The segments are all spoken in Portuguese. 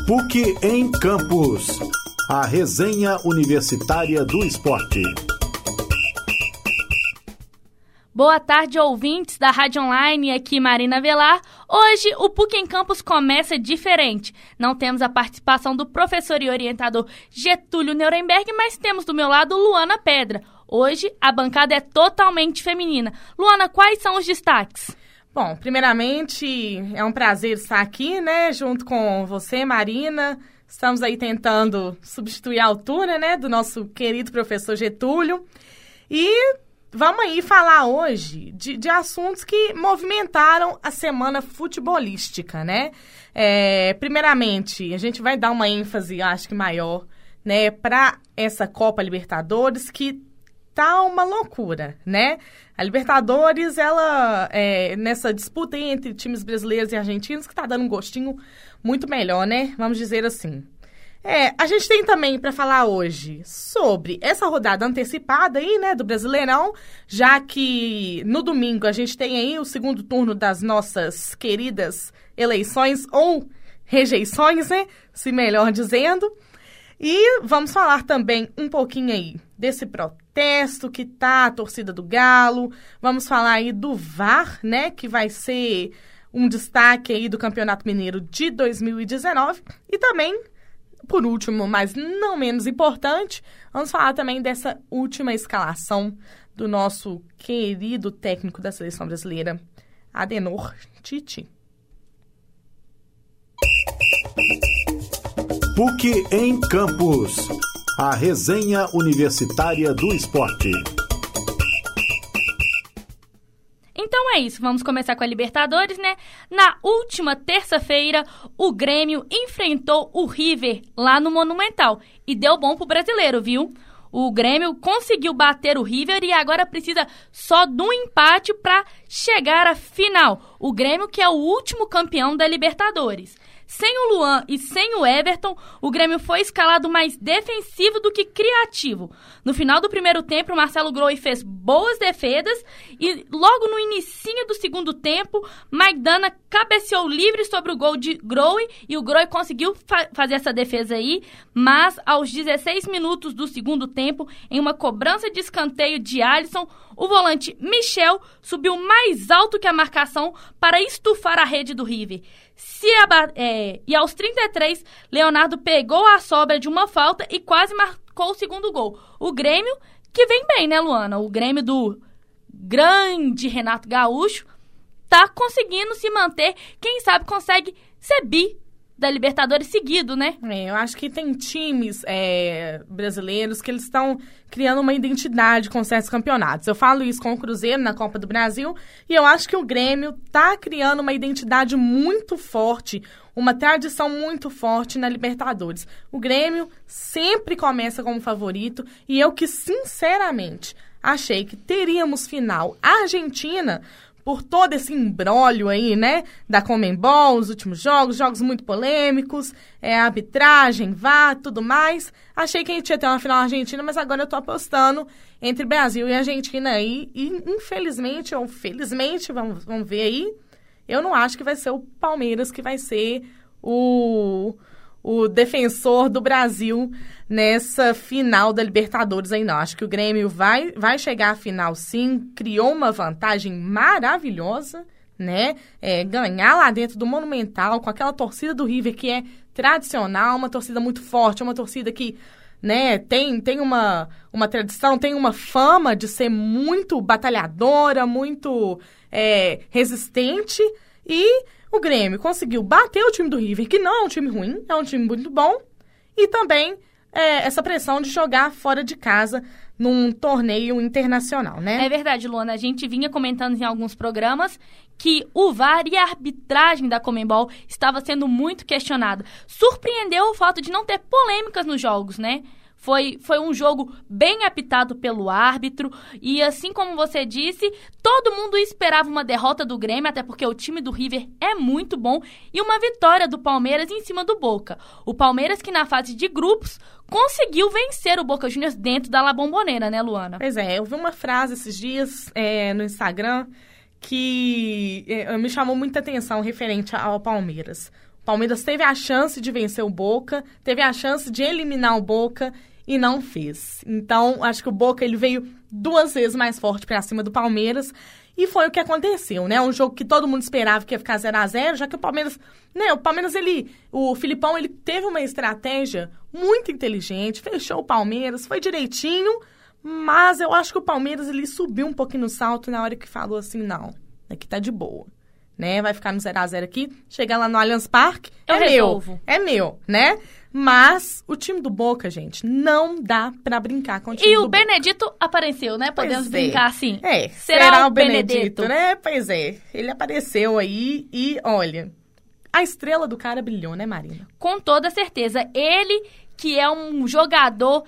PUC em Campus. A resenha universitária do esporte. Boa tarde, ouvintes da Rádio Online, aqui Marina Velar. Hoje o PUC em Campus começa diferente. Não temos a participação do professor e orientador Getúlio Nuremberg, mas temos do meu lado Luana Pedra. Hoje a bancada é totalmente feminina. Luana, quais são os destaques? Bom, primeiramente é um prazer estar aqui, né, junto com você, Marina. Estamos aí tentando substituir a altura, né, do nosso querido professor Getúlio. E vamos aí falar hoje de assuntos que movimentaram a semana futebolística, né? Primeiramente, a gente vai dar uma ênfase, acho que maior, né, para essa Copa Libertadores, que tá uma loucura, né? A Libertadores, ela, nessa disputa aí entre times brasileiros e argentinos, que tá dando um gostinho muito melhor, né? Vamos dizer assim. A gente tem também para falar hoje sobre essa rodada antecipada aí, né, do Brasileirão, já que no domingo a gente tem aí o segundo turno das nossas queridas eleições ou rejeições, né, se melhor dizendo. E vamos falar também um pouquinho aí desse protesto que tá a torcida do Galo. Vamos falar aí do VAR, né, que vai ser um destaque aí do Campeonato Mineiro de 2019. E também, por último, mas não menos importante, vamos falar também dessa última escalação do nosso querido técnico da seleção brasileira, Adenor Tite. PUC em Campus. A resenha universitária do esporte. Então é isso, vamos começar com a Libertadores, né? Na última terça-feira, o Grêmio enfrentou o River lá no Monumental e deu bom pro brasileiro, viu? O Grêmio conseguiu bater o River e agora precisa só de um empate para chegar à final. O Grêmio que é o último campeão da Libertadores. Sem o Luan e sem o Everton, o Grêmio foi escalado mais defensivo do que criativo. No final do primeiro tempo, o Marcelo Groi fez boas defesas e logo no inicinho do segundo tempo, Maidana cabeceou livre sobre o gol de Groi e o Groi conseguiu fazer essa defesa aí, mas aos 16 minutos do segundo tempo, em uma cobrança de escanteio de Alisson, o volante Michel subiu mais alto que a marcação para estufar a rede do River. E aos 33, Leonardo pegou a sobra de uma falta e quase marcou o segundo gol. O Grêmio, que vem bem, né, Luana? O Grêmio do grande Renato Gaúcho tá conseguindo se manter. Quem sabe consegue ser bi da Libertadores seguido, né? Eu acho que tem times brasileiros que eles estão criando uma identidade com certos campeonatos. Eu falo isso com o Cruzeiro na Copa do Brasil e eu acho que o Grêmio tá criando uma identidade muito forte, uma tradição muito forte na Libertadores. O Grêmio sempre começa como favorito e eu que, sinceramente, achei que teríamos final Argentina por todo esse imbróglio aí, né, da Conmebol, os últimos jogos muito polêmicos, arbitragem, VAR, tudo mais. Achei que a gente ia ter uma final argentina, mas agora eu tô apostando entre Brasil e Argentina aí. E, infelizmente, ou felizmente, vamos ver aí, eu não acho que vai ser o Palmeiras que vai ser o defensor do Brasil nessa final da Libertadores aí, não. Acho que o Grêmio vai chegar à final, sim. Criou uma vantagem maravilhosa, né? Ganhar lá dentro do Monumental, com aquela torcida do River que é tradicional, uma torcida muito forte, uma torcida que, né, tem uma tradição, tem uma fama de ser muito batalhadora, muito resistente. E o Grêmio conseguiu bater o time do River, que não é um time ruim, é um time muito bom. E também essa pressão de jogar fora de casa num torneio internacional, né? É verdade, Luana. A gente vinha comentando em alguns programas que o VAR e a arbitragem da Conmebol estava sendo muito questionada. Surpreendeu o fato de não ter polêmicas nos jogos, né? Foi um jogo bem apitado pelo árbitro e, assim como você disse, todo mundo esperava uma derrota do Grêmio, até porque o time do River é muito bom, e uma vitória do Palmeiras em cima do Boca. O Palmeiras que na fase de grupos conseguiu vencer o Boca Juniors dentro da La Bombonera, né, Luana? Pois é, eu vi uma frase esses dias no Instagram que me chamou muita atenção referente ao Palmeiras. Palmeiras teve a chance de vencer o Boca, teve a chance de eliminar o Boca e não fez. Então, acho que o Boca ele veio 2 vezes mais forte para cima do Palmeiras e foi o que aconteceu, né? Um jogo que todo mundo esperava que ia ficar 0-0, já que o Palmeiras, né? O Filipão, ele teve uma estratégia muito inteligente, fechou o Palmeiras, foi direitinho, mas eu acho que o Palmeiras, ele subiu um pouquinho no salto na hora que falou assim, não, aqui tá de boa. Né? Vai ficar no 0-0 aqui, chegar lá no Allianz Parque, é meu, né? Mas o time do Boca, gente, não dá pra brincar com o time do Boca. E o Benedito apareceu, né? Podemos brincar assim. Será o Benedito, né? Pois é, ele apareceu aí e, olha, a estrela do cara brilhou, né, Marina? Com toda certeza. Ele, que é um jogador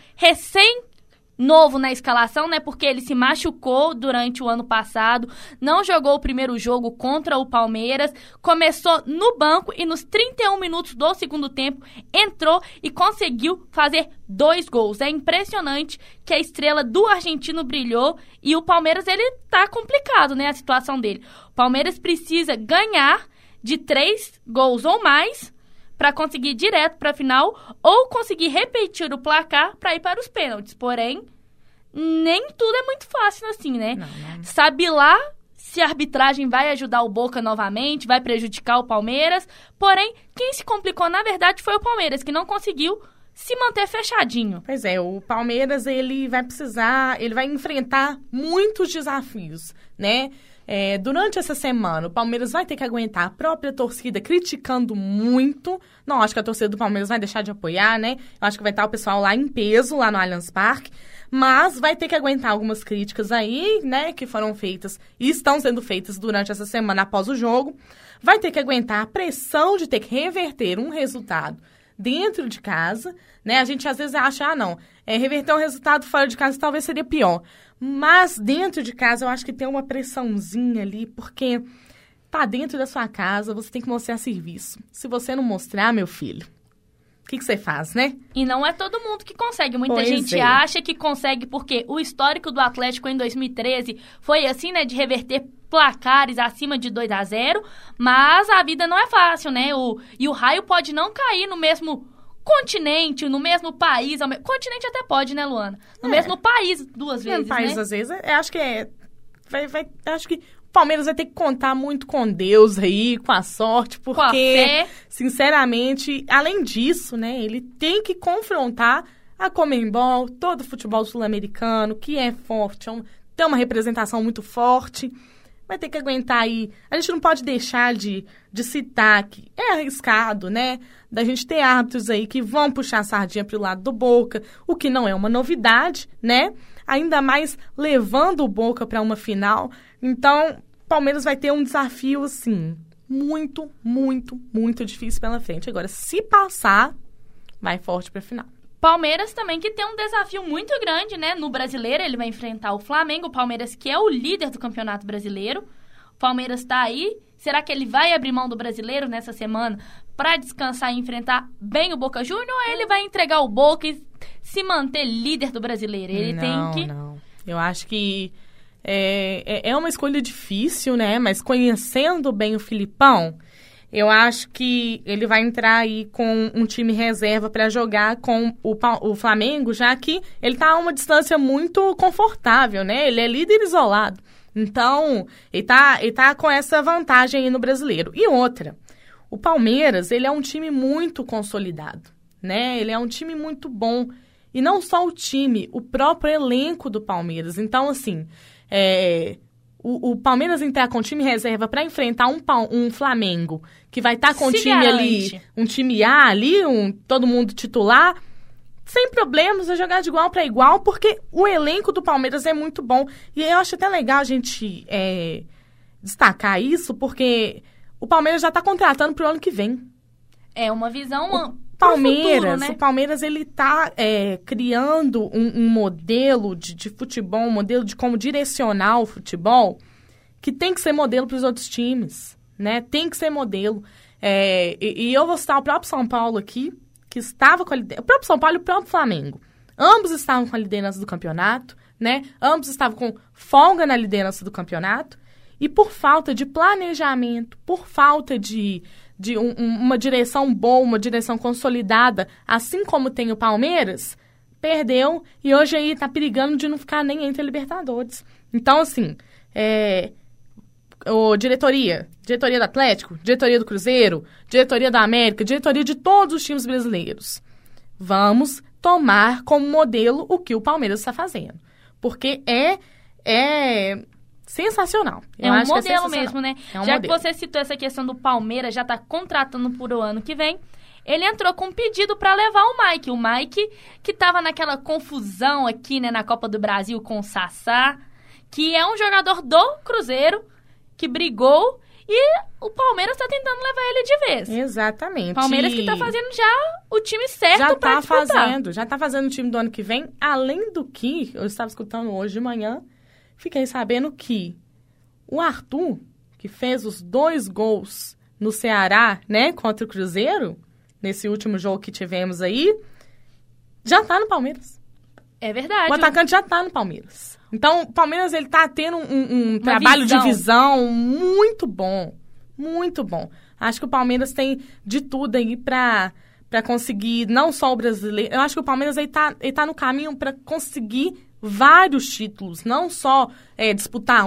novo na escalação, né? Porque ele se machucou durante o ano passado, não jogou o primeiro jogo contra o Palmeiras, começou no banco e nos 31 minutos do segundo tempo entrou e conseguiu fazer 2 gols. É impressionante que a estrela do argentino brilhou e o Palmeiras, ele tá complicado, né? A situação dele. O Palmeiras precisa ganhar de 3 gols ou mais para conseguir ir direto para a final ou conseguir repetir o placar para ir para os pênaltis. Porém, nem tudo é muito fácil assim, né? Não. Sabe lá se a arbitragem vai ajudar o Boca novamente, vai prejudicar o Palmeiras. Porém, quem se complicou, na verdade, foi o Palmeiras, que não conseguiu se manter fechadinho. Pois é, o Palmeiras, ele vai enfrentar muitos desafios, né? Durante essa semana, o Palmeiras vai ter que aguentar a própria torcida criticando muito. Não acho que a torcida do Palmeiras vai deixar de apoiar, né? Eu acho que vai estar o pessoal lá em peso, lá no Allianz Parque. Mas vai ter que aguentar algumas críticas aí, né? Que foram feitas e estão sendo feitas durante essa semana após o jogo. Vai ter que aguentar a pressão de ter que reverter um resultado dentro de casa, né? A gente às vezes acha, reverter um resultado fora de casa talvez seria pior. Mas dentro de casa eu acho que tem uma pressãozinha ali, porque tá dentro da sua casa, você tem que mostrar serviço. Se você não mostrar, meu filho, o que você faz, né? E não é todo mundo que consegue. Muita gente acha que consegue porque o histórico do Atlético em 2013 foi assim, né? De reverter placares acima de 2-0, mas a vida não é fácil, né? E o raio pode não cair no mesmo continente, no mesmo país. Continente até pode, né, Luana? No mesmo país 2 vezes, país, né? Às vezes, acho que acho que o Palmeiras vai ter que contar muito com Deus aí, com a sorte, porque, com a fé. Sinceramente, além disso, né, ele tem que confrontar a Conmebol, todo o futebol sul-americano, que é forte, tem uma representação muito forte. Vai ter que aguentar aí. A gente não pode deixar de citar que é arriscado, né? Da gente ter árbitros aí que vão puxar a sardinha pro lado do Boca, o que não é uma novidade, né? Ainda mais levando o Boca para uma final. Então, o Palmeiras vai ter um desafio, assim, muito, muito, muito difícil pela frente. Agora, se passar, vai forte pra final. Palmeiras também que tem um desafio muito grande, né? No Brasileiro, ele vai enfrentar o Flamengo. O Palmeiras que é o líder do Campeonato Brasileiro. O Palmeiras tá aí. Será que ele vai abrir mão do Brasileiro nessa semana para descansar e enfrentar bem o Boca Juniors? Ou ele vai entregar o Boca e se manter líder do Brasileiro? Não. Eu acho que é uma escolha difícil, né? Mas conhecendo bem o Filipão, eu acho que ele vai entrar aí com um time reserva para jogar com o Flamengo, já que ele está a uma distância muito confortável, né? Ele é líder isolado. Então, ele tá com essa vantagem aí no Brasileiro. E outra, o Palmeiras, ele é um time muito consolidado, né? Ele é um time muito bom. E não só o time, o próprio elenco do Palmeiras. Então, assim, o Palmeiras entrar com time reserva para enfrentar um Flamengo que vai estar com um time ali, um time A ali, todo mundo titular, sem problemas, vai jogar de igual para igual, porque o elenco do Palmeiras é muito bom. E eu acho até legal a gente destacar isso, porque o Palmeiras já está contratando para o ano que vem. É uma visão Palmeiras, futuro, né? O Palmeiras, ele tá criando um modelo de futebol, um modelo de como direcionar o futebol, que tem que ser modelo para os outros times, né? Tem que ser modelo. E eu vou citar o próprio São Paulo aqui, que estava com a liderança. O próprio São Paulo e o próprio Flamengo. Ambos estavam com a liderança do campeonato, né? Ambos estavam com folga na liderança do campeonato. E por falta de planejamento, por falta de de uma direção boa, uma direção consolidada, assim como tem o Palmeiras, perdeu e hoje aí tá perigando de não ficar nem entre a Libertadores. Então, assim, diretoria do Atlético, diretoria do Cruzeiro, diretoria da América, diretoria de todos os times brasileiros. Vamos tomar como modelo o que o Palmeiras está fazendo. Porque é sensacional. É um modelo mesmo, né? É um já modelo. que você citou essa questão do Palmeiras, já tá contratando por o ano que vem, ele entrou com um pedido para levar o Mike. O Mike, que tava naquela confusão aqui, né, na Copa do Brasil com o Sassá, que é um jogador do Cruzeiro, que brigou, e o Palmeiras tá tentando levar ele de vez. Exatamente. Palmeiras que tá fazendo já o time certo para disputar. Já tá fazendo o time do ano que vem. Além do que, eu estava escutando hoje de manhã, fiquei sabendo que o Arthur, que fez os 2 gols no Ceará, né, contra o Cruzeiro, nesse último jogo que tivemos aí, já tá no Palmeiras. É verdade. O atacante já tá no Palmeiras. Então, o Palmeiras, ele tá tendo um trabalho de visão muito bom. Muito bom. Acho que o Palmeiras tem de tudo aí pra conseguir, não só o brasileiro. Eu acho que o Palmeiras ele tá no caminho pra conseguir vários títulos. Não só disputar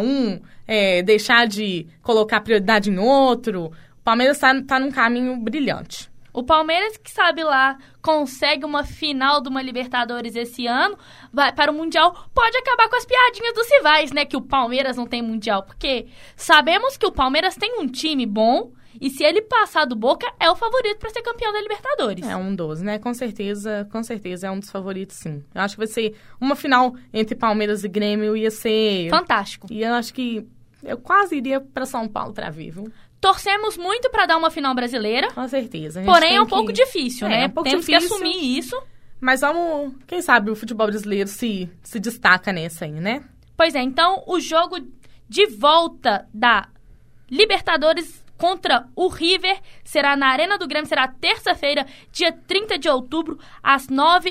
deixar de colocar prioridade em outro. O Palmeiras tá num caminho brilhante. O Palmeiras, que sabe lá, consegue uma final de uma Libertadores esse ano, vai para o Mundial, pode acabar com as piadinhas dos rivais, né? Que o Palmeiras não tem Mundial, porque sabemos que o Palmeiras tem um time bom, e se ele passar do Boca, é o favorito para ser campeão da Libertadores. É um dos, né? Com certeza é um dos favoritos, sim. Eu acho que vai ser uma final entre Palmeiras e Grêmio, ia ser... fantástico. E eu acho que eu quase iria para São Paulo para ver, viu? Torcemos muito para dar uma final brasileira. Com certeza. Porém, é um pouco difícil, né? É um pouco Temos difícil, que assumir isso. Mas vamos... Quem sabe o futebol brasileiro se destaca nessa aí, né? Pois é, então o jogo de volta da Libertadores contra o River será na Arena do Grêmio, será terça-feira, dia 30 de outubro, às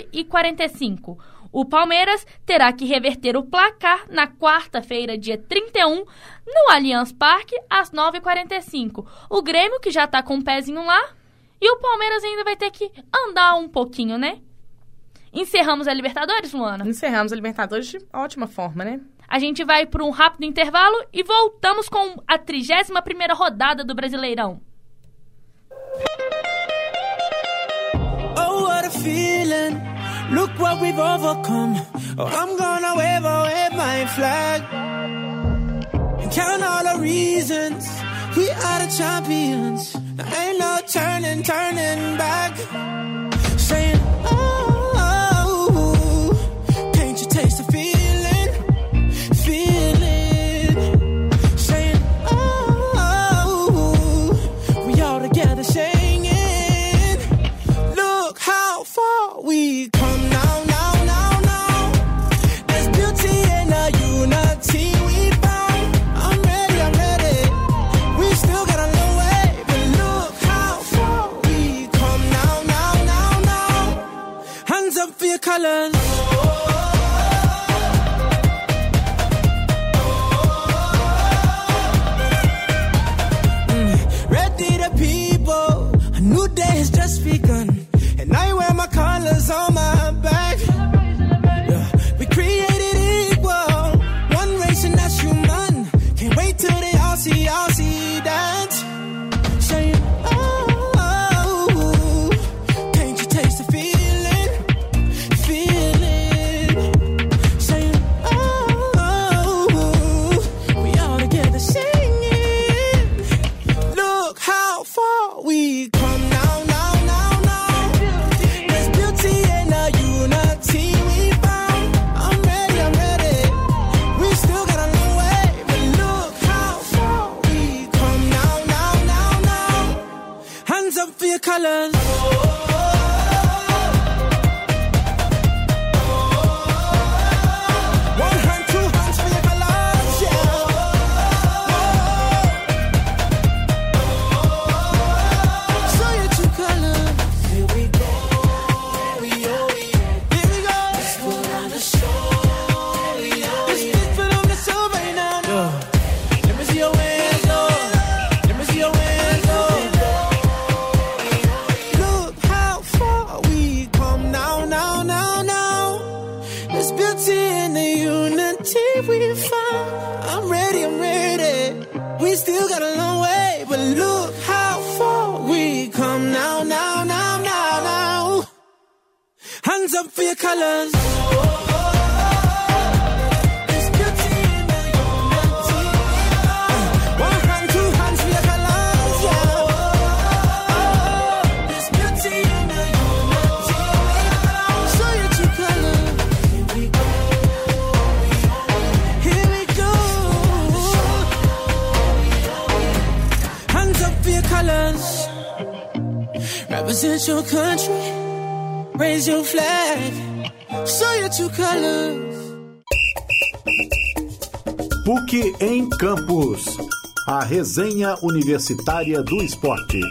9h45. O Palmeiras terá que reverter o placar na quarta-feira, dia 31, no Allianz Parque, às 9h45. O Grêmio, que já tá com um pezinho lá, e o Palmeiras ainda vai ter que andar um pouquinho, né? Encerramos a Libertadores, Luana? Encerramos a Libertadores de ótima forma, né? A gente vai para um rápido intervalo e voltamos com a 31ª rodada do Brasileirão. Oh, what a feeling. Look what we've overcome. Oh, I'm gonna wave my flag and count all the reasons we are the champions. There ain't no turning back. Saying, oh, can't you taste the feeling? Saying, oh, we all together singing. Look how far we come. Colors. Ready the people, a new day has just begun, and I wear my colors on my back. We created equal, one race and that's human. Can't wait till they all see that. Saying, oh, can't you taste the feeling? Colors. One hand, two hands for your colors, yeah. Show your true colors. Here we go, here we go. Let's put on the show, let's put on the show right now. Let me see your hands, let me see your hands, colors. Represent your country, raise your flag, show your true colors. PUC em Campus, a resenha universitária do esporte.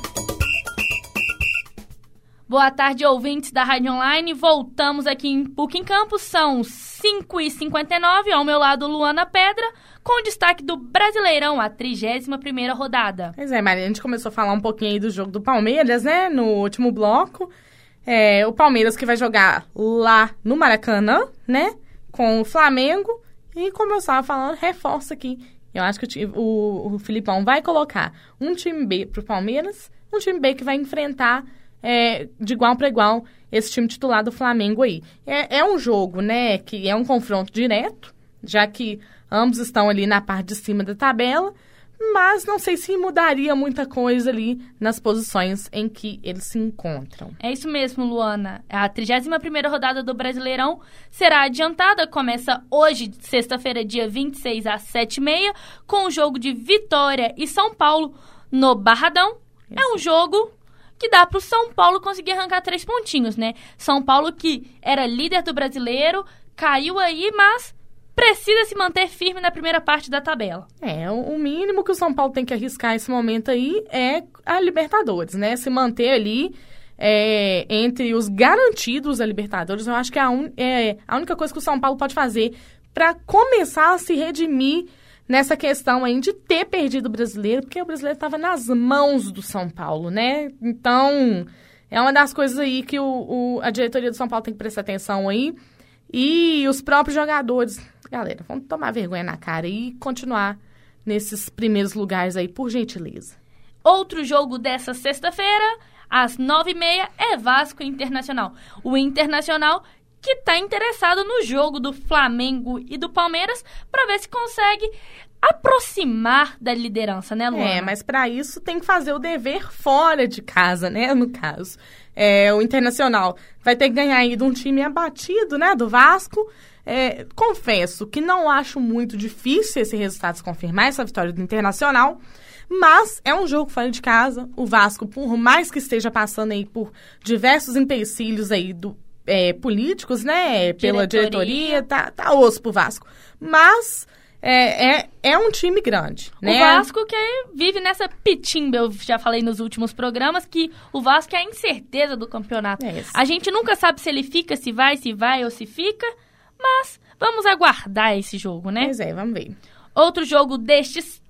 Boa tarde, ouvintes da Rádio Online. Voltamos aqui em PUC em Campus, são 5h59, ao meu lado Luana Pedra, com destaque do Brasileirão, a 31ª rodada. Pois é, Maria, a gente começou a falar um pouquinho aí do jogo do Palmeiras, né, no último bloco. O Palmeiras que vai jogar lá no Maracanã, né, com o Flamengo. E como eu estava falando, reforça aqui. Eu acho que o Filipão vai colocar um time B pro Palmeiras, um time B que vai enfrentar de igual para igual esse time titular do Flamengo aí. É um jogo, né, que é um confronto direto, já que ambos estão ali na parte de cima da tabela, mas não sei se mudaria muita coisa ali nas posições em que eles se encontram. É isso mesmo, Luana. A 31ª rodada do Brasileirão será adiantada, começa hoje, sexta-feira, dia 26, às 7h30, com o jogo de Vitória e São Paulo no Barradão. Isso. É um jogo que dá para o São Paulo conseguir arrancar 3 pontinhos, né? São Paulo que era líder do Brasileiro, caiu aí, mas precisa se manter firme na primeira parte da tabela. O mínimo que o São Paulo tem que arriscar esse momento aí é a Libertadores, né? Se manter ali entre os garantidos da Libertadores, eu acho que é a única coisa que o São Paulo pode fazer para começar a se redimir nessa questão aí de ter perdido o Brasileiro, porque o Brasileiro estava nas mãos do São Paulo, né? Então, é uma das coisas aí que a diretoria do São Paulo tem que prestar atenção aí. E os próprios jogadores, galera, vamos tomar vergonha na cara e continuar nesses primeiros lugares aí, por gentileza. Outro jogo dessa sexta-feira, às 9h30, é Vasco e Internacional. O Internacional que está interessado no jogo do Flamengo e do Palmeiras para ver se consegue aproximar da liderança, né, Luana? Mas para isso tem que fazer o dever fora de casa, né, no caso. O Internacional vai ter que ganhar aí de um time abatido, né, do Vasco. Confesso que não acho muito difícil esse resultado se confirmar, essa vitória do Internacional, mas é um jogo fora de casa. O Vasco, por mais que esteja passando aí por diversos empecilhos aí políticos, né, pela diretoria, tá osso pro Vasco. Mas é um time grande, né? O Vasco que vive nessa pitimba, eu já falei nos últimos programas, que o Vasco é a incerteza do campeonato. A gente nunca sabe se ele fica, se vai ou se fica, mas vamos aguardar esse jogo, né? Pois vamos ver. Outro jogo destes...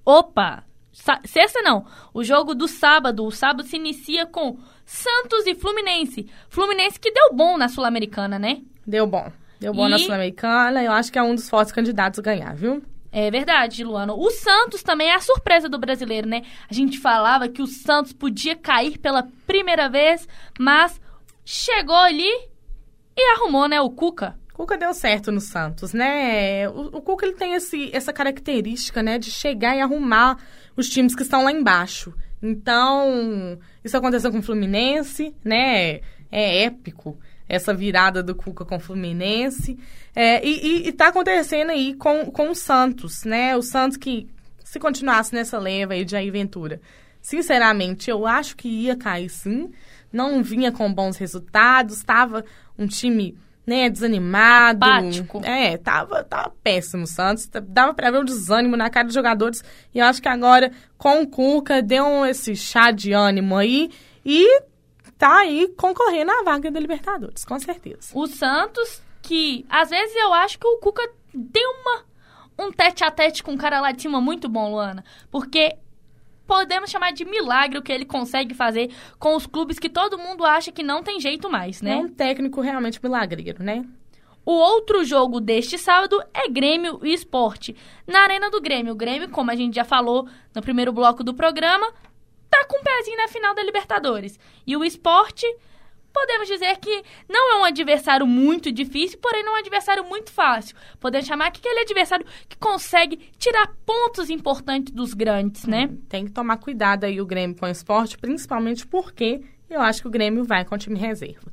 Sexta não, o jogo do sábado. O sábado se inicia com Santos e Fluminense. Fluminense que deu bom na Sul-Americana, né? Deu bom na Sul-Americana. Eu acho que é um dos fortes candidatos a ganhar, viu? É verdade, Luana. O Santos também é a surpresa do brasileiro, né? A gente falava que o Santos podia cair pela primeira vez, mas chegou ali e arrumou, né, o Cuca. O Cuca deu certo no Santos, né? O Cuca ele tem essa característica, né, de chegar e arrumar os times que estão lá embaixo. Então, isso aconteceu com o Fluminense, né? É épico essa virada do Cuca com o Fluminense. E tá acontecendo aí com o Santos, né? O Santos que, se continuasse nessa leva aí de Jair Ventura, sinceramente, eu acho que ia cair sim. Não vinha com bons resultados, estava um time, né, desanimado. Apático. Tava péssimo o Santos. Dava pra ver o desânimo na cara dos jogadores. E eu acho que agora, com o Cuca, deu esse chá de ânimo aí. E tá aí concorrendo à vaga da Libertadores, com certeza. O Santos, que às vezes eu acho que o Cuca tem um tete-a-tete com o cara lá de cima muito bom, Luana. Porque podemos chamar de milagre o que ele consegue fazer com os clubes que todo mundo acha que não tem jeito mais, né? É um técnico realmente milagreiro, né? O outro jogo deste sábado é Grêmio e Sport. Na Arena do Grêmio. O Grêmio, como a gente já falou no primeiro bloco do programa, tá com um pezinho na final da Libertadores. E o Sport podemos dizer que não é um adversário muito difícil, porém não é um adversário muito fácil. Podemos chamar que aquele adversário que consegue tirar pontos importantes dos grandes, né? Tem que tomar cuidado aí o Grêmio com o Sport, principalmente porque eu acho que o Grêmio vai com o time reserva.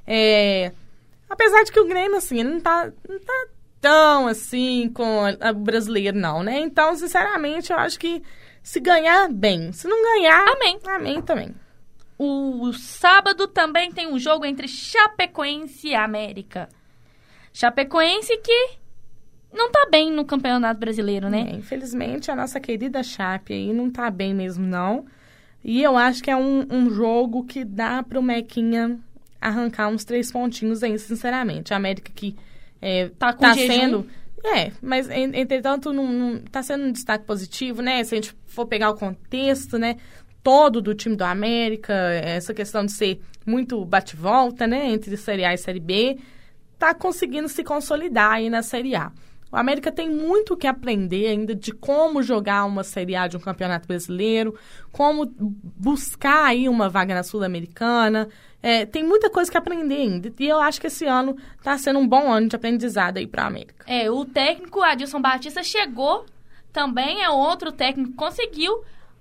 Apesar de que o Grêmio, assim, ele não tá tão, assim, com o brasileiro, não, né? Então, sinceramente, eu acho que se ganhar, bem. Se não ganhar... Amém. Amém também. O sábado também tem um jogo entre Chapecoense e América. Chapecoense que não tá bem no Campeonato Brasileiro, né? Infelizmente, a nossa querida Chape aí não tá bem mesmo, não. E eu acho que é um jogo que dá pro Mequinha arrancar uns 3 pontinhos aí, sinceramente. A América que tá sendo... mas, entretanto, não tá sendo um destaque positivo, né? Se a gente for pegar o contexto, né? Todo do time do América, essa questão de ser muito bate-volta, né? Entre Série A e Série B, tá conseguindo se consolidar aí na Série A. O América tem muito o que aprender ainda de como jogar uma Série A de um campeonato brasileiro, como buscar aí uma vaga na Sul-Americana. Tem muita coisa que aprender ainda. E eu acho que esse ano tá sendo um bom ano de aprendizado aí pra América. O técnico Adilson Batista chegou também, outro técnico que conseguiu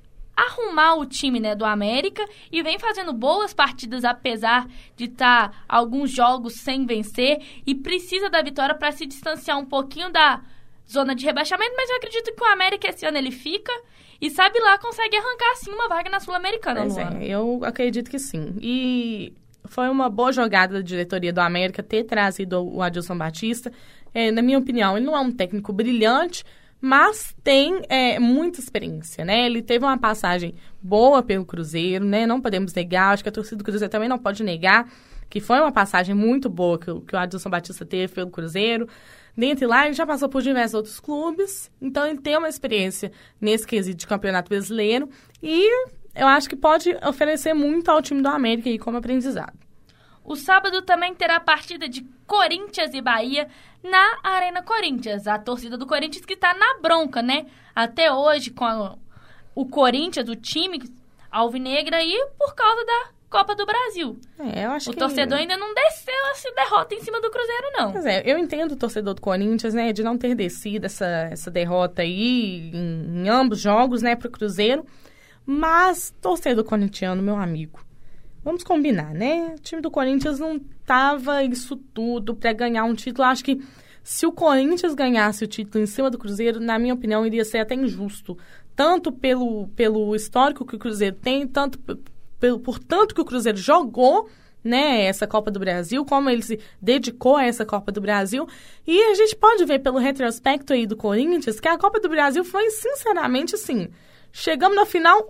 arrumar o time, né, do América e vem fazendo boas partidas, apesar de estar alguns jogos sem vencer e precisa da vitória para se distanciar um pouquinho da zona de rebaixamento, mas eu acredito que o América esse ano ele fica e sabe lá, consegue arrancar sim uma vaga na Sul-Americana. Eu acredito que sim. E foi uma boa jogada da diretoria do América ter trazido o Adilson Batista. Na minha opinião, ele não é um técnico brilhante, mas tem muita experiência, né? Ele teve uma passagem boa pelo Cruzeiro, né? Não podemos negar, acho que a torcida do Cruzeiro também não pode negar que foi uma passagem muito boa que o Adilson Batista teve pelo Cruzeiro. Dentre lá, ele já passou por diversos outros clubes, então ele tem uma experiência nesse quesito de campeonato brasileiro e eu acho que pode oferecer muito ao time do América aí como aprendizado. O sábado também terá a partida de Corinthians e Bahia na Arena Corinthians. A torcida do Corinthians que está na bronca, né? Até hoje, com o Corinthians, o time alvinegra, e por causa da Copa do Brasil. Eu acho o torcedor ainda não desceu essa derrota em cima do Cruzeiro, não. Pois eu entendo o torcedor do Corinthians, né? De não ter descido essa derrota aí em ambos jogos, né? Pro Cruzeiro. Mas, torcedor corintiano, meu amigo, vamos combinar, né? O time do Corinthians não tava isso tudo para ganhar um título. Acho que se o Corinthians ganhasse o título em cima do Cruzeiro, na minha opinião, iria ser até injusto. Tanto pelo histórico que o Cruzeiro tem, tanto por tanto que o Cruzeiro jogou, né, essa Copa do Brasil, como ele se dedicou a essa Copa do Brasil. E a gente pode ver pelo retrospecto aí do Corinthians que a Copa do Brasil foi, sinceramente, assim, chegamos na final,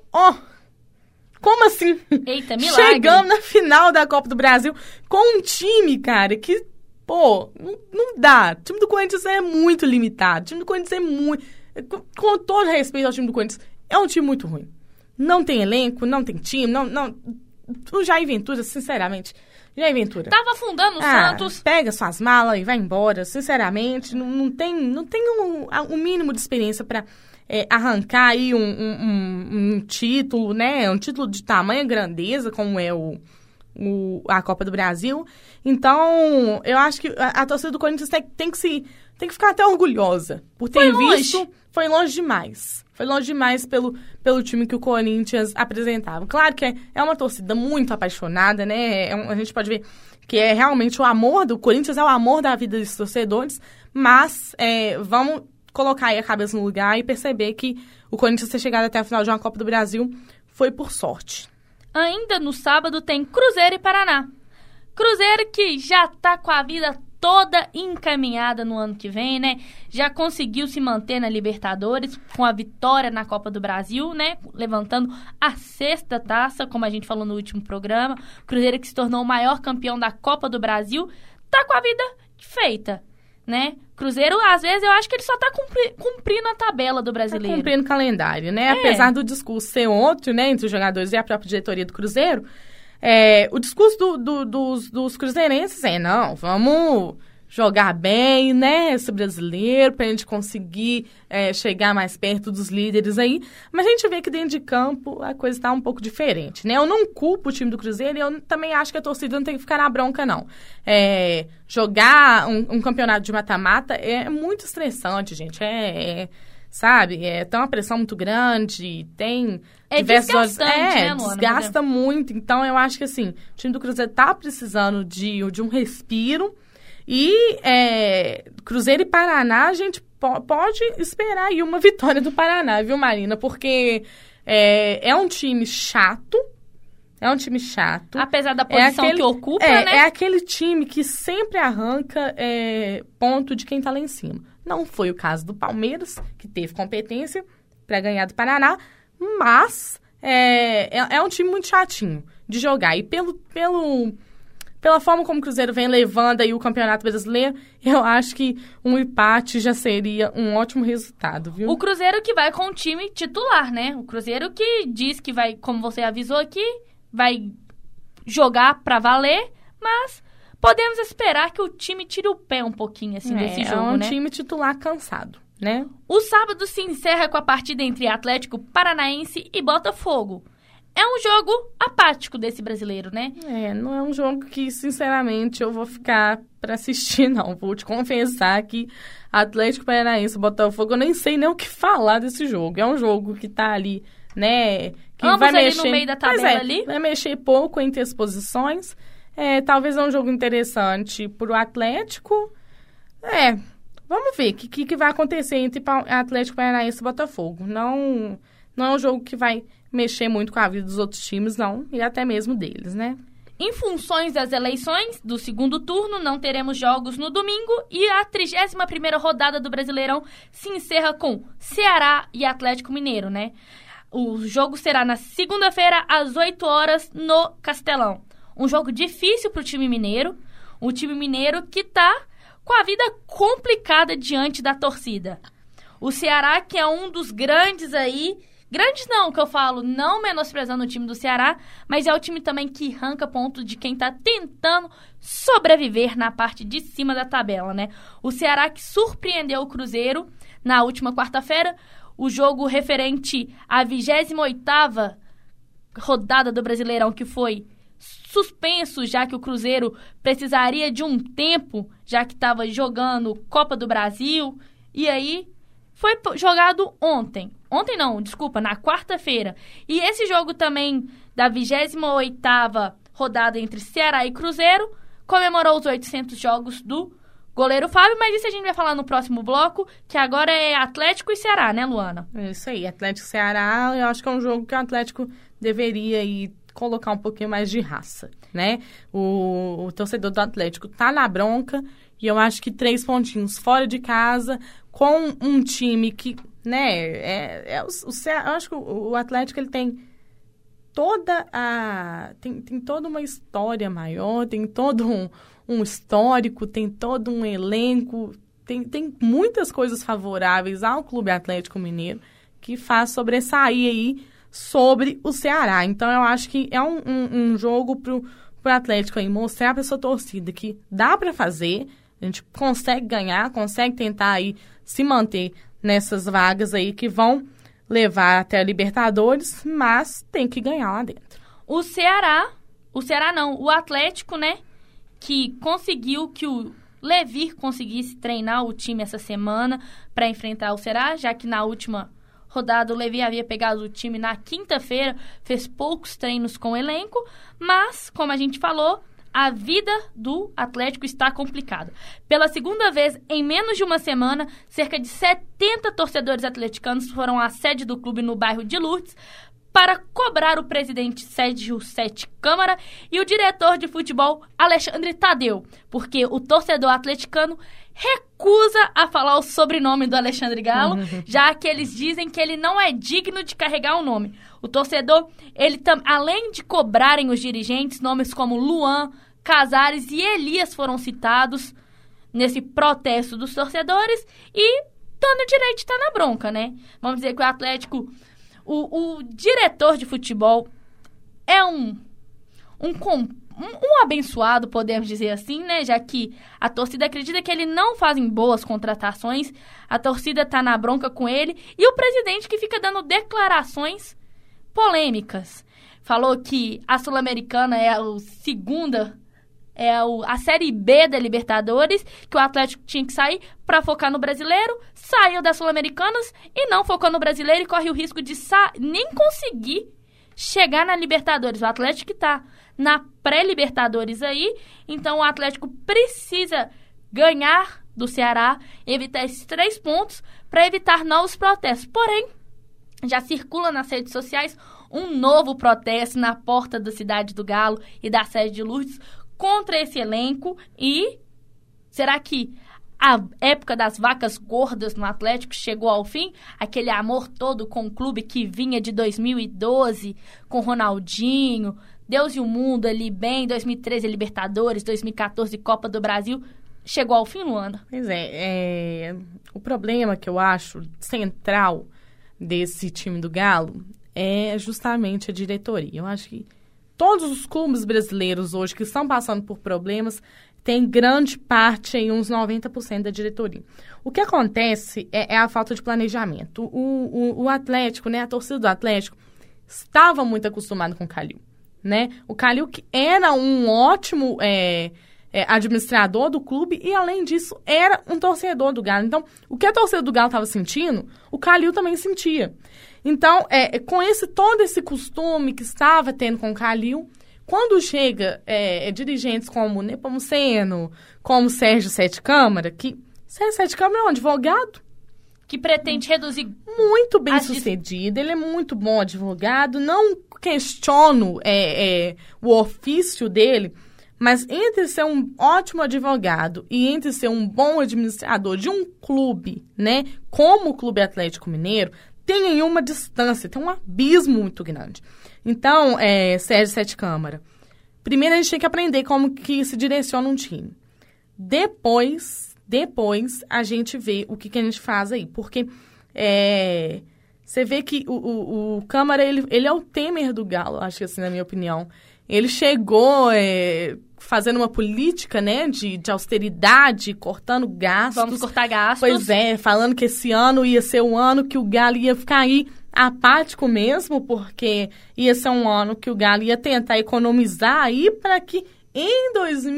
como assim? Eita, milagre. Chegamos na final da Copa do Brasil com um time, cara, que, não dá. O time do Corinthians é muito limitado. O time do Corinthians é muito... Com todo respeito ao time do Corinthians, é um time muito ruim. Não tem elenco, não tem time, não... O Jair Ventura, sinceramente... Jair Ventura... Tava afundando o Santos. Pega suas malas e vai embora. Sinceramente, não tem um mínimo de experiência para... arrancar aí um título, né? Um título de tamanha grandeza, como é a Copa do Brasil. Então, eu acho que a torcida do Corinthians tem que ficar até orgulhosa por ter visto. Foi longe demais. Foi longe demais pelo time que o Corinthians apresentava. Claro que é uma torcida muito apaixonada, né? A gente pode ver que é realmente o amor do Corinthians, é o amor da vida dos torcedores, mas vamos colocar aí a cabeça no lugar e perceber que o Corinthians ter chegado até a final de uma Copa do Brasil foi por sorte. Ainda no sábado tem Cruzeiro e Paraná. Cruzeiro que já tá com a vida toda encaminhada no ano que vem, né? Já conseguiu se manter na Libertadores com a vitória na Copa do Brasil, né? Levantando a 6ª taça, como a gente falou no último programa. Cruzeiro que se tornou o maior campeão da Copa do Brasil, tá com a vida feita, né? Cruzeiro, às vezes, eu acho que ele só tá cumprindo a tabela do brasileiro. Tá cumprindo o calendário, né? Apesar do discurso ser outro, né? Entre os jogadores e a própria diretoria do Cruzeiro, o discurso dos cruzeirenses não, vamos jogar bem, né, esse brasileiro, pra gente conseguir chegar mais perto dos líderes aí. Mas a gente vê que dentro de campo a coisa tá um pouco diferente, né? Eu não culpo o time do Cruzeiro e eu também acho que a torcida não tem que ficar na bronca, não. Jogar um campeonato de mata-mata é muito estressante, gente. Sabe? Tem uma pressão muito grande, tem diversos... né, Luana? Desgasta muito. Então, eu acho que, assim, o time do Cruzeiro tá precisando de um respiro. E Cruzeiro e Paraná, a gente pode esperar aí uma vitória do Paraná, viu, Marina? Porque é um time chato. É um time chato. Apesar da posição que ocupa, né? É aquele time que sempre arranca ponto de quem tá lá em cima. Não foi o caso do Palmeiras, que teve competência para ganhar do Paraná, mas é um time muito chatinho de jogar. E pela forma como o Cruzeiro vem levando aí o Campeonato Brasileiro, eu acho que um empate já seria um ótimo resultado, viu? O Cruzeiro que vai com o time titular, né? O Cruzeiro que diz que vai, como você avisou aqui, vai jogar pra valer, mas podemos esperar que o time tire o pé um pouquinho, assim, desse jogo, né? É um time titular cansado, né? O sábado se encerra com a partida entre Atlético Paranaense e Botafogo. É um jogo apático desse brasileiro, né? Não é um jogo que, sinceramente, eu vou ficar pra assistir, não. Vou te confessar que Atlético Paranaense e Botafogo, eu nem sei nem o que falar desse jogo. É um jogo que tá ali, né? Que ambos vai ali mexer, no meio da tabela ali. Vai mexer pouco entre as posições. Talvez é um jogo interessante pro Atlético. Vamos ver o que vai acontecer entre Atlético Paranaense e Botafogo. Não é um jogo que vai mexer muito com a vida dos outros times, não. E até mesmo deles, né? Em funções das eleições do segundo turno, não teremos jogos no domingo e a 31ª rodada do Brasileirão se encerra com Ceará e Atlético Mineiro, né? O jogo será na segunda-feira, às 8 horas, no Castelão. Um jogo difícil para o time mineiro. Um time mineiro que tá com a vida complicada diante da torcida. O Ceará, que é um dos grandes aí... Grandes não, que eu falo, não menosprezando o time do Ceará, mas é o time também que arranca ponto de quem tá tentando sobreviver na parte de cima da tabela, né? O Ceará que surpreendeu o Cruzeiro na última quarta-feira, o jogo referente à 28ª rodada do Brasileirão, que foi suspenso, já que o Cruzeiro precisaria de um tempo, já que estava jogando Copa do Brasil, e aí foi jogado ontem. Ontem não, desculpa, na quarta-feira. E esse jogo também da 28ª rodada entre Ceará e Cruzeiro comemorou os 800 jogos do goleiro Fábio, mas isso a gente vai falar no próximo bloco, que agora é Atlético e Ceará, né, Luana? É isso aí, Atlético e Ceará, eu acho que é um jogo que o Atlético deveria colocar um pouquinho mais de raça, né? O torcedor do Atlético tá na bronca e eu acho que 3 pontinhos fora de casa com um time que, né, eu acho que o Atlético ele tem toda tem toda uma história maior, tem todo um histórico, tem todo um elenco, tem muitas coisas favoráveis ao Clube Atlético Mineiro que faz sobressair aí sobre o Ceará. Então, eu acho que é um jogo pro Atlético aí mostrar para sua torcida que dá para fazer, a gente consegue ganhar, consegue tentar aí se manter nessas vagas aí que vão levar até a Libertadores, mas tem que ganhar lá dentro. O Atlético, né, que conseguiu que o Levir conseguisse treinar o time essa semana para enfrentar o Ceará, já que na última rodada o Levir havia pegado o time na quinta-feira, fez poucos treinos com o elenco, mas, como a gente falou, a vida do Atlético está complicada. Pela segunda vez em menos de uma semana, cerca de 70 torcedores atleticanos foram à sede do clube no bairro de Lourdes para cobrar o presidente Sérgio Sete Câmara e o diretor de futebol Alexandre Tadeu, porque o torcedor atleticano recusa a falar o sobrenome do Alexandre Galo, já que eles dizem que ele não é digno de carregar o nome. O torcedor, além de cobrarem os dirigentes, nomes como Luan, Casares e Elias foram citados nesse protesto dos torcedores e dando direito de estar na bronca, né? Vamos dizer que o Atlético... O diretor de futebol é um um abençoado, podemos dizer assim, né? Já que a torcida acredita que ele não faz boas contratações, a torcida tá na bronca com ele, e o presidente que fica dando declarações polêmicas. Falou que a Sul-Americana é a Série B da Libertadores, que o Atlético tinha que sair para focar no Brasileiro, saiu das Sul-Americanas e não focou no Brasileiro e corre o risco de nem conseguir chegar na Libertadores. O Atlético está na pré-Libertadores aí, então o Atlético precisa ganhar do Ceará, evitar esses 3 pontos para evitar novos protestos. Porém, já circula nas redes sociais um novo protesto na porta da Cidade do Galo e da sede de Lourdes contra esse elenco. E será que a época das vacas gordas no Atlético chegou ao fim? Aquele amor todo com o clube que vinha de 2012, com Ronaldinho, Deus e o mundo ali bem, 2013 Libertadores, 2014 Copa do Brasil, chegou ao fim, Luana? Pois o problema que eu acho central desse time do Galo é justamente a diretoria. Eu acho que todos os clubes brasileiros hoje que estão passando por problemas têm grande parte, em uns 90% da diretoria. O que acontece é a falta de planejamento. O Atlético, né, a torcida do Atlético, estava muito acostumado com o Calil, né? O Calil que era um ótimo administrador do clube e, além disso, era um torcedor do Galo. Então, o que a torcida do Galo estava sentindo, o Calil também sentia. Então, com todo esse costume que estava tendo com o Calil, quando chega dirigentes como Nepomuceno, como Sérgio Sete Câmara, que Sérgio Sete Câmara é um advogado que pretende reduzir... Muito bem sucedido, ele é muito bom advogado, não questiono o ofício dele, mas entre ser um ótimo advogado e entre ser um bom administrador de um clube, né, como o Clube Atlético Mineiro, tem aí uma distância, tem um abismo muito grande. Então, Sérgio Sete Câmara, primeiro a gente tem que aprender como que se direciona um time. Depois a gente vê o que a gente faz aí. Porque você vê que o Câmara, ele é o Temer do Galo, acho que assim, na minha opinião. Ele chegou fazendo uma política, né, de austeridade, cortando gastos. Vamos cortar gastos. Pois falando que esse ano ia ser o ano que o Galo ia ficar aí apático mesmo, porque ia ser um ano que o Galo ia tentar economizar aí para que em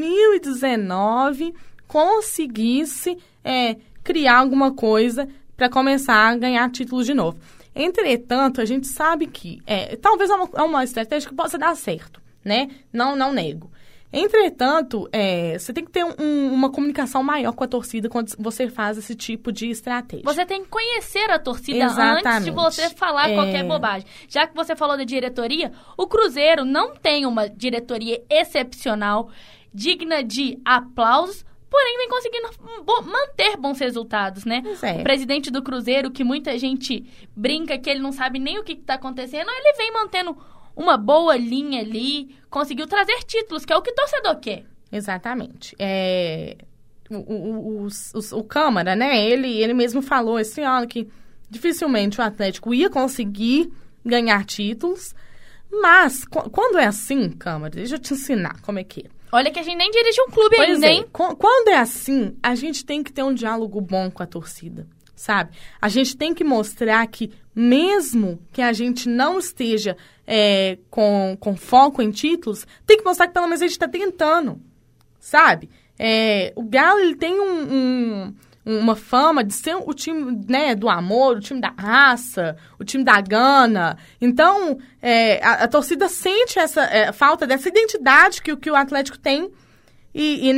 2019 conseguisse criar alguma coisa para começar a ganhar títulos de novo. Entretanto, a gente sabe que talvez é uma estratégia que possa dar certo, né? Não nego. Entretanto, você tem que ter uma comunicação maior com a torcida quando você faz esse tipo de estratégia. Você tem que conhecer a torcida antes de você falar qualquer bobagem. Já que você falou da diretoria, o Cruzeiro não tem uma diretoria excepcional, digna de aplausos, porém vem conseguindo manter bons resultados, né? O presidente do Cruzeiro, que muita gente brinca que ele não sabe nem o que está acontecendo, ele vem mantendo uma boa linha ali, conseguiu trazer títulos, que é o que o torcedor quer. Exatamente. O Câmara, né, ele mesmo falou esse ano que dificilmente o Atlético ia conseguir ganhar títulos, mas quando é assim, Câmara, deixa eu te ensinar como é que é. Olha que a gente nem dirige um clube ainda, hein? Quando é assim, a gente tem que ter um diálogo bom com a torcida, sabe? A gente tem que mostrar que, mesmo que a gente não esteja com foco em títulos, tem que mostrar que pelo menos a gente está tentando, sabe? O Galo, ele tem uma fama de ser o time, né, do amor, o time da raça, o time da gana. Então, a torcida sente essa falta dessa identidade que o Atlético tem e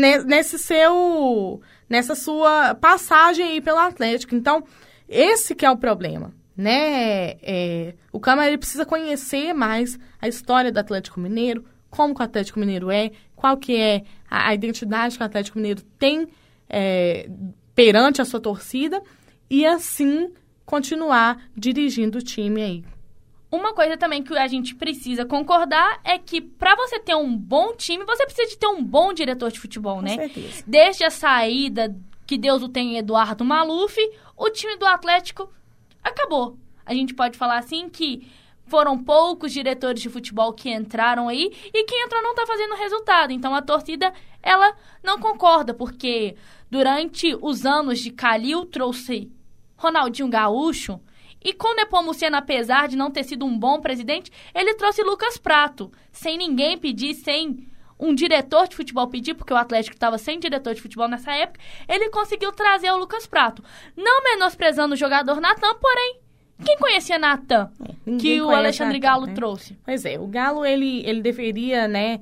nessa sua passagem aí pelo Atlético. Então, esse que é o problema, né? O Câmara, ele precisa conhecer mais a história do Atlético Mineiro, como que o Atlético Mineiro qual que é a identidade que o Atlético Mineiro tem perante a sua torcida e, assim, continuar dirigindo o time aí. Uma coisa também que a gente precisa concordar é que, para você ter um bom time, você precisa de ter um bom diretor de futebol, né? Com certeza. Desde a saída, que Deus o tenha, Eduardo Maluf, o time do Atlético acabou. A gente pode falar assim que, foram poucos diretores de futebol que entraram aí e quem entrou não tá fazendo resultado. Então a torcida, ela não concorda, porque durante os anos de Calil trouxe Ronaldinho Gaúcho e com Nepomuceno, apesar de não ter sido um bom presidente, ele trouxe Lucas Prato, sem ninguém pedir, sem um diretor de futebol pedir, porque o Atlético estava sem diretor de futebol nessa época, ele conseguiu trazer o Lucas Prato. Não menosprezando o jogador Natan, porém, quem conhecia Natan, que o Alexandre Galo trouxe? Pois é, o Galo, ele deveria, né,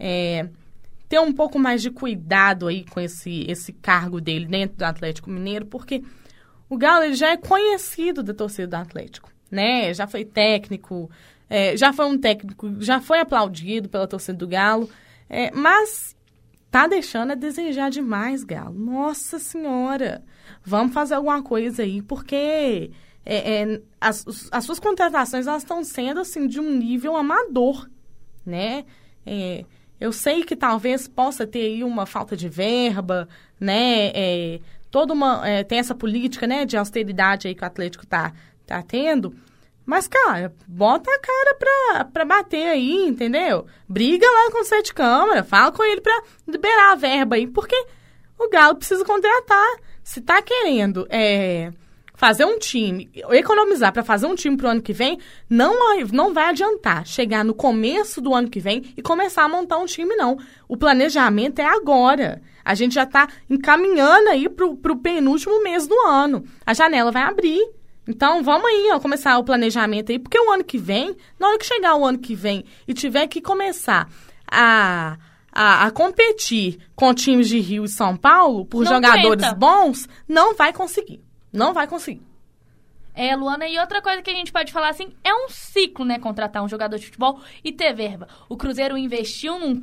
ter um pouco mais de cuidado aí com esse cargo dele dentro do Atlético Mineiro, porque o Galo, ele já é conhecido da torcida do Atlético, né? Já foi técnico, já foi aplaudido pela torcida do Galo, mas tá deixando a desejar demais, Galo. Nossa Senhora! Vamos fazer alguma coisa aí, porque as suas contratações, elas estão sendo, assim, de um nível amador, né? Eu sei que talvez possa ter aí uma falta de verba, né? Tem essa política, né, de austeridade aí que o Atlético tá tendo. Mas, cara, bota a cara pra bater aí, entendeu? Briga lá com o Sete Câmara, fala com ele pra liberar a verba aí, porque o Galo precisa contratar. Se tá querendo fazer um time, economizar para fazer um time pro ano que vem, não vai adiantar chegar no começo do ano que vem e começar a montar um time, não. O planejamento é agora. A gente já tá encaminhando aí pro penúltimo mês do ano. A janela vai abrir. Então, vamos aí, começar o planejamento aí, porque o ano que vem, na hora que chegar o ano que vem e tiver que começar a competir com times de Rio e São Paulo por jogadores bons, não vai conseguir. Não vai conseguir. Luana, e outra coisa que a gente pode falar assim, é um ciclo, né, contratar um jogador de futebol e ter verba. O Cruzeiro investiu num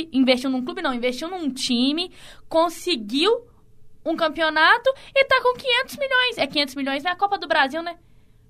time, conseguiu um campeonato e tá com 500 milhões. 500 milhões na Copa do Brasil, né?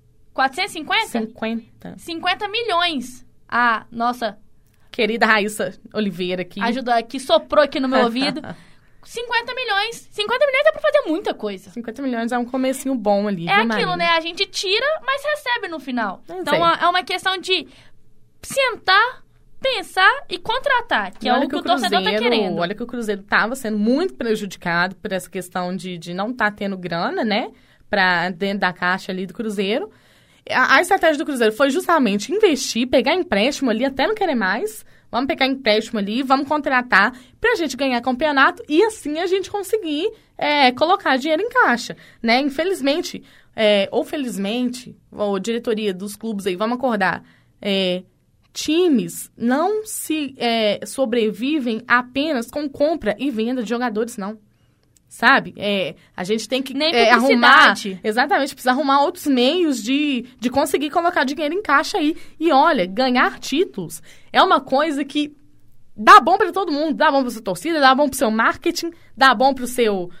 450? 50 milhões. A nossa querida Raíssa Oliveira aqui. Que soprou aqui no meu ouvido. 50 milhões. 50 milhões é pra fazer muita coisa. 50 milhões é um comecinho bom ali. É aquilo, né? A gente tira, mas recebe no final. Então, é uma questão de sentar, pensar e contratar, que é o que o torcedor tá querendo. Olha que o Cruzeiro tava sendo muito prejudicado por essa questão de não estar tendo grana, né? Pra dentro da caixa ali do Cruzeiro. A estratégia do Cruzeiro foi justamente investir, pegar empréstimo ali, até não querer mais. Vamos pegar empréstimo ali, vamos contratar pra gente ganhar campeonato e assim a gente conseguir colocar dinheiro em caixa, né? Infelizmente, ou felizmente, a diretoria dos clubes aí, vamos acordar, times não se sobrevivem apenas com compra e venda de jogadores, não. Sabe? A gente tem que arrumar... Exatamente, precisa arrumar outros meios de conseguir colocar dinheiro em caixa aí. E olha, ganhar títulos é uma coisa que dá bom para todo mundo. Dá bom para sua torcida, dá bom pro seu marketing, dá bom pra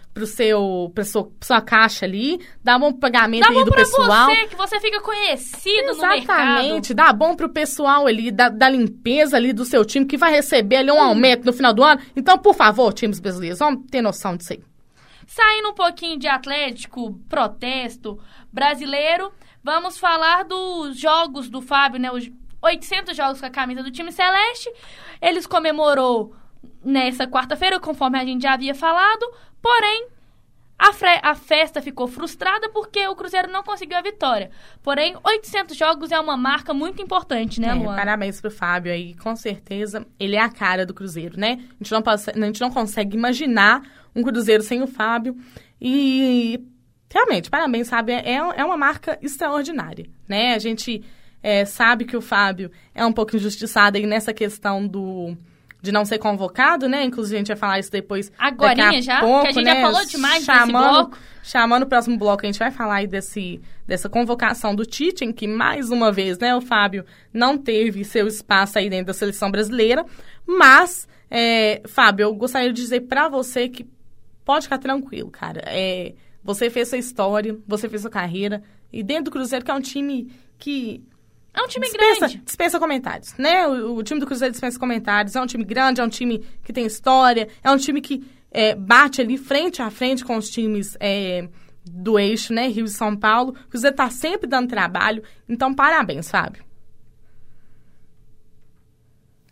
sua caixa ali, dá bom pro pagamento aí do pessoal. Dá bom pra você, que você fica conhecido no mercado. Exatamente, dá bom pro pessoal ali, da limpeza ali do seu time, que vai receber ali um aumento no final do ano. Então, por favor, times brasileiros, vamos ter noção disso aí. Saindo um pouquinho de Atlético, protesto brasileiro, vamos falar dos jogos do Fábio, né? Os 800 jogos com a camisa do time celeste. Eles comemorou nessa quarta-feira, conforme a gente já havia falado, porém, a festa ficou frustrada porque o Cruzeiro não conseguiu a vitória. Porém, 800 jogos é uma marca muito importante, né, Luana? Parabéns pro Fábio aí, com certeza ele é a cara do Cruzeiro, né? A gente não consegue imaginar um Cruzeiro sem o Fábio e realmente, parabéns, Fábio, é uma marca extraordinária, né? A gente sabe que o Fábio é um pouco injustiçado aí nessa questão de não ser convocado, né? Inclusive, a gente vai falar isso depois. Agorinha já, pouco, que a gente já falou demais nesse bloco. Chamando o próximo bloco, a gente vai falar aí dessa convocação do Tite, em que, mais uma vez, né, o Fábio não teve seu espaço aí dentro da seleção brasileira. Mas, Fábio, eu gostaria de dizer pra você que pode ficar tranquilo, cara. Você fez sua história, você fez sua carreira. E dentro do Cruzeiro, que é um time que... É um time grande. Dispensa comentários, né? O time do Cruzeiro dispensa comentários. É um time grande, é um time que tem história. É um time que bate ali frente a frente com os times do eixo, né? Rio e São Paulo. O Cruzeiro tá sempre dando trabalho. Então, parabéns, Fábio.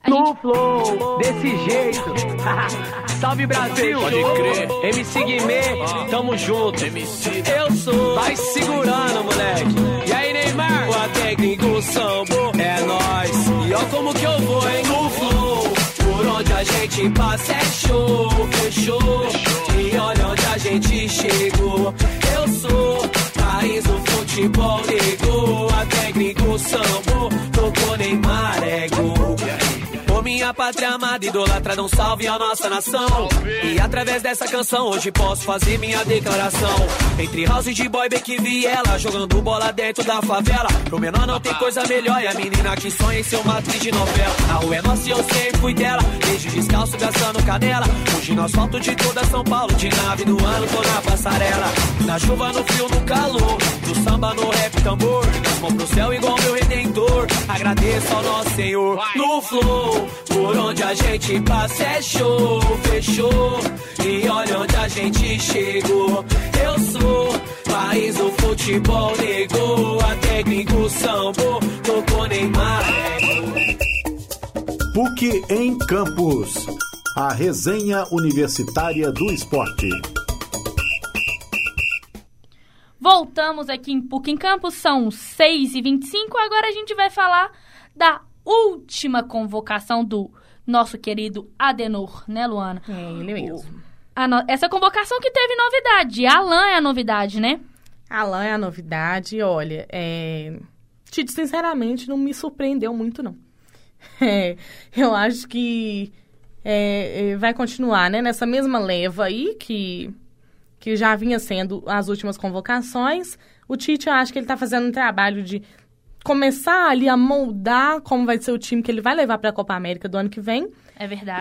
No flow, desse jeito. Salve Brasil, pode crer. MC Guimê, tamo junto. Eu sou, vai segurando, moleque. E aí, Neymar? O técnico Sambo é nóis. E ó como que eu vou, hein? No flow, por onde a gente passa é show, fechou. E olha onde a gente chegou. Eu sou país do futebol, nego. A técnico Sambo, tocou Neymar, é gol. Ô minha pátria amada, idolatrada, um salve à nossa nação. E através dessa canção hoje posso fazer minha declaração. Entre house de boy, Beck e Viela, jogando bola dentro da favela. Pro menor não tem coisa melhor, e a menina que sonha em ser uma atriz de novela. A rua é nossa e eu sempre fui dela, desde descalço gastando canela. Hoje no asfalto de toda São Paulo, de nave no ano, tô na passarela. Na chuva, no frio, no calor, do samba, no rap, tambor. Das mãos pro céu igual meu redentor, agradeço ao nosso Senhor. No flow, por onde a gente passa é show, fechou. E olha onde a gente chegou. Eu sou país do futebol, negou. A técnico Sambo, tocou Neymar. PUC em Campus. A resenha universitária do esporte. Voltamos aqui em PUC em Campus, são 6h25. Agora a gente vai falar da última convocação do nosso querido Adenor, né, Luana? É, ele mesmo. Essa convocação que teve novidade. Alan é a novidade, né? Alan é a novidade. Olha, Tite, sinceramente, não me surpreendeu muito, não. Eu acho que vai continuar, né, nessa mesma leva aí que já vinha sendo as últimas convocações. O Tite, eu acho que ele está fazendo um trabalho de começar ali a moldar como vai ser o time que ele vai levar para a Copa América do ano que vem. É verdade.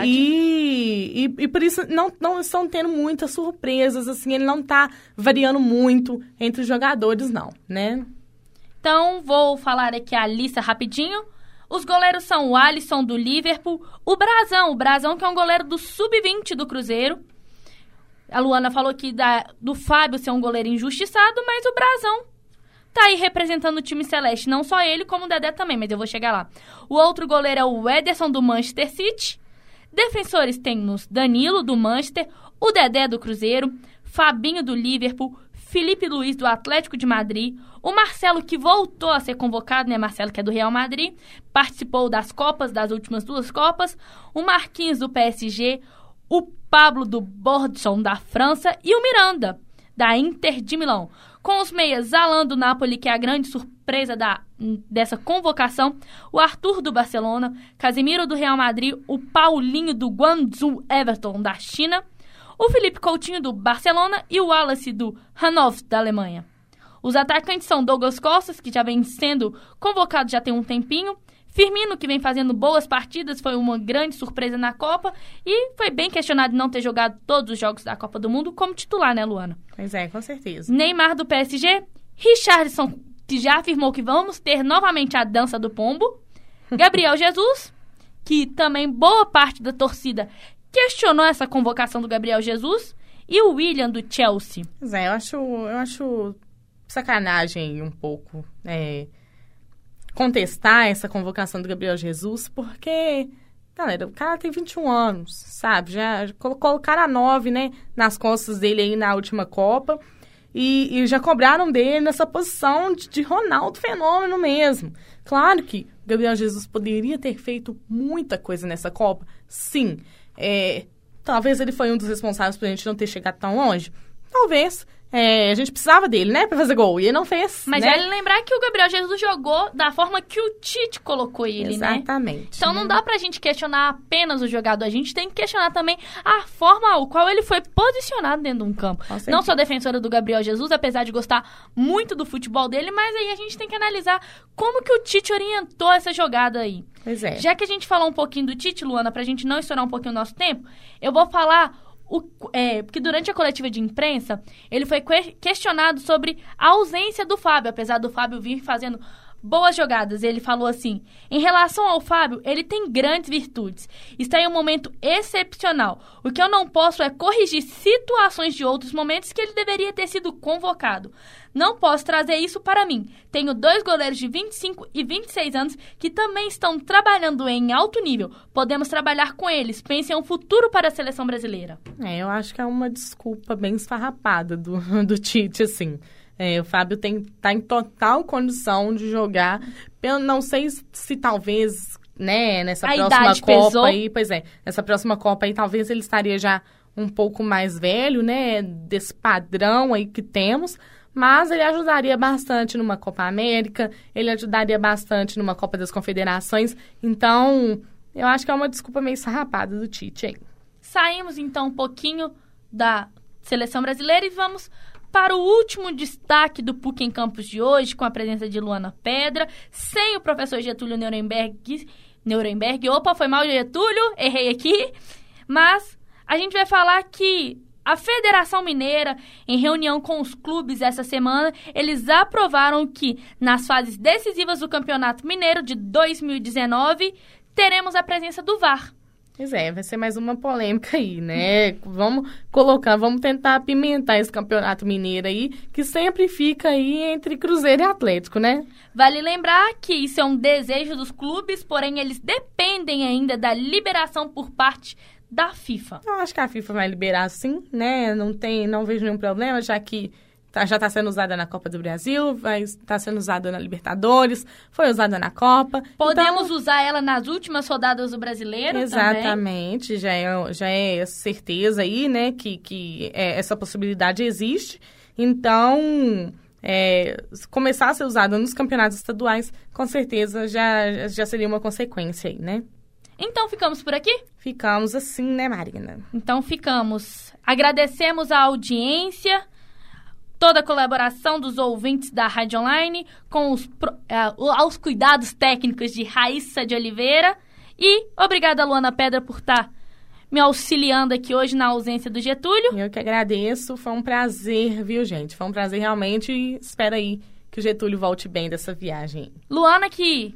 E por isso não estão tendo muitas surpresas, assim, ele não está variando muito entre os jogadores, não, né? Então, vou falar aqui a lista rapidinho. Os goleiros são o Alisson, do Liverpool, o Brazão, que é um goleiro do Sub-20 do Cruzeiro. A Luana falou que do Fábio ser um goleiro injustiçado, mas o Brazão tá aí representando o time celeste. Não só ele, como o Dedé também, mas eu vou chegar lá. O outro goleiro é o Ederson, do Manchester City. Defensores temos Danilo, do Manchester, o Dedé, do Cruzeiro, Fabinho, do Liverpool, Felipe Luiz, do Atlético de Madrid, o Marcelo, que voltou a ser convocado, né, Marcelo, que é do Real Madrid, participou das últimas 2 Copas, o Marquinhos, do PSG, o Pablo, do Bordeaux, da França, e o Miranda, da Inter de Milão. Com os meias, Alan, do Napoli, que é a grande surpresa dessa convocação, o Arthur, do Barcelona, Casemiro, do Real Madrid, o Paulinho, do Guangzhou Everton, da China, o Felipe Coutinho, do Barcelona, e o Wallace, do Hannover, da Alemanha. Os atacantes são Douglas Costa, que já vem sendo convocado já tem um tempinho, Firmino, que vem fazendo boas partidas, foi uma grande surpresa na Copa e foi bem questionado de não ter jogado todos os jogos da Copa do Mundo como titular, né, Luana? Pois é, com certeza. Neymar, do PSG, Richarlison, que já afirmou que vamos ter novamente a dança do pombo, Gabriel Jesus, que também boa parte da torcida questionou essa convocação do Gabriel Jesus, e o William, do Chelsea. Pois é, eu acho sacanagem um pouco, contestar essa convocação do Gabriel Jesus, porque, galera, o cara tem 21 anos, sabe? Já colocou o cara 9, né, nas costas dele aí na última Copa, e já cobraram dele nessa posição de Ronaldo Fenômeno mesmo. Claro que o Gabriel Jesus poderia ter feito muita coisa nessa Copa, sim. Talvez ele foi um dos responsáveis pra gente não ter chegado tão longe. Talvez. A gente precisava dele, né, pra fazer gol. E ele não fez, Mas né? vale lembrar que o Gabriel Jesus jogou da forma que o Tite colocou ele, Exatamente. né? Então não dá pra gente questionar apenas o jogador. A gente tem que questionar também a forma ao qual ele foi posicionado dentro de um campo. Não sou defensora do Gabriel Jesus, apesar de gostar muito do futebol dele, mas aí a gente tem que analisar como que o Tite orientou essa jogada aí. Pois é. Já que a gente falou um pouquinho do Tite, Luana, pra gente não estourar um pouquinho o nosso tempo, eu vou falar... porque durante a coletiva de imprensa, ele foi questionado sobre a ausência do Fábio, apesar do Fábio vir fazendo boas jogadas. Ele falou assim: em relação ao Fábio, ele tem grandes virtudes. Está em um momento excepcional. O que eu não posso é corrigir situações de outros momentos que ele deveria ter sido convocado. Não posso trazer isso para mim. Tenho 2 goleiros de 25 e 26 anos que também estão trabalhando em alto nível. Podemos trabalhar com eles. Pense em um futuro para a seleção brasileira. Eu acho que é uma desculpa bem esfarrapada do Tite, assim. O Fábio tá em total condição de jogar. Eu não sei se talvez, né, nessa próxima Copa pesou. Aí, pois é, nessa próxima Copa aí, talvez ele estaria já um pouco mais velho, né, desse padrão aí que temos. Mas ele ajudaria bastante numa Copa América, ele ajudaria bastante numa Copa das Confederações. Então, eu acho que é uma desculpa meio sarrapada do Tite, hein? Saímos, então, um pouquinho da seleção brasileira e vamos para o último destaque do PUC em Campos de hoje, com a presença de Luana Pedra, sem o professor Getúlio Nuremberg. Opa, foi mal, Getúlio, errei aqui. Mas a gente vai falar que a Federação Mineira, em reunião com os clubes essa semana, eles aprovaram que, nas fases decisivas do Campeonato Mineiro de 2019, teremos a presença do VAR. Pois é, vai ser mais uma polêmica aí, né? Vamos tentar apimentar esse Campeonato Mineiro aí, que sempre fica aí entre Cruzeiro e Atlético, né? Vale lembrar que isso é um desejo dos clubes, porém eles dependem ainda da liberação por parte da FIFA. Eu acho que a FIFA vai liberar sim, né? Não vejo nenhum problema, já que já está sendo usada na Copa do Brasil, vai estar sendo usada na Libertadores, foi usada na Copa. Podemos usar ela nas últimas rodadas do Brasileiro. Exatamente, também. Já é certeza aí, né, que essa possibilidade existe. Então, começar a ser usada nos campeonatos estaduais, com certeza já seria uma consequência aí, né? Então, ficamos por aqui? Ficamos assim, né, Marina? Então, ficamos. Agradecemos a audiência, toda a colaboração dos ouvintes da Rádio Online, com aos cuidados técnicos de Raíssa de Oliveira. E obrigada, Luana Pedra, por estar me auxiliando aqui hoje na ausência do Getúlio. Eu que agradeço. Foi um prazer, viu, gente? Foi um prazer realmente e espero aí que o Getúlio volte bem dessa viagem. Luana que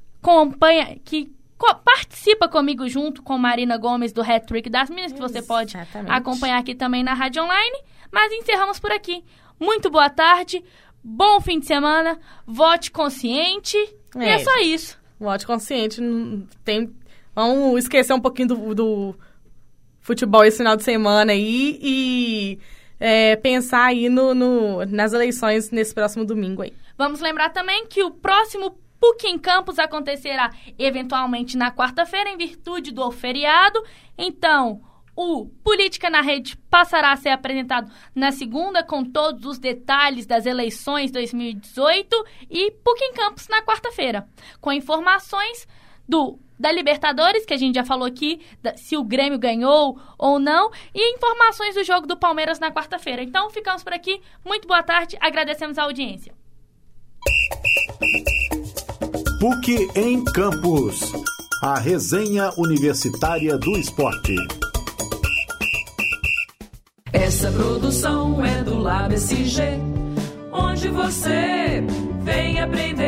participa comigo junto com Marina Gomes do Hat-Trick das Minas, que você pode acompanhar aqui também na Rádio Online. Mas encerramos por aqui. Muito boa tarde, bom fim de semana, vote consciente, e é só isso. Vote consciente, vamos esquecer um pouquinho do futebol esse final de semana aí e pensar aí nas eleições nesse próximo domingo aí. Vamos lembrar também que o próximo PUC em Campos acontecerá eventualmente na quarta-feira, em virtude do feriado. Então, o Política na Rede passará a ser apresentado na segunda, com todos os detalhes das eleições 2018, e PUC em Campos na quarta-feira, com informações da Libertadores, que a gente já falou aqui, se o Grêmio ganhou ou não, e informações do jogo do Palmeiras na quarta-feira. Então, ficamos por aqui. Muito boa tarde, agradecemos a audiência. PUC em Campos, a resenha universitária do esporte. Essa produção é do Lab SG, onde você vem aprender.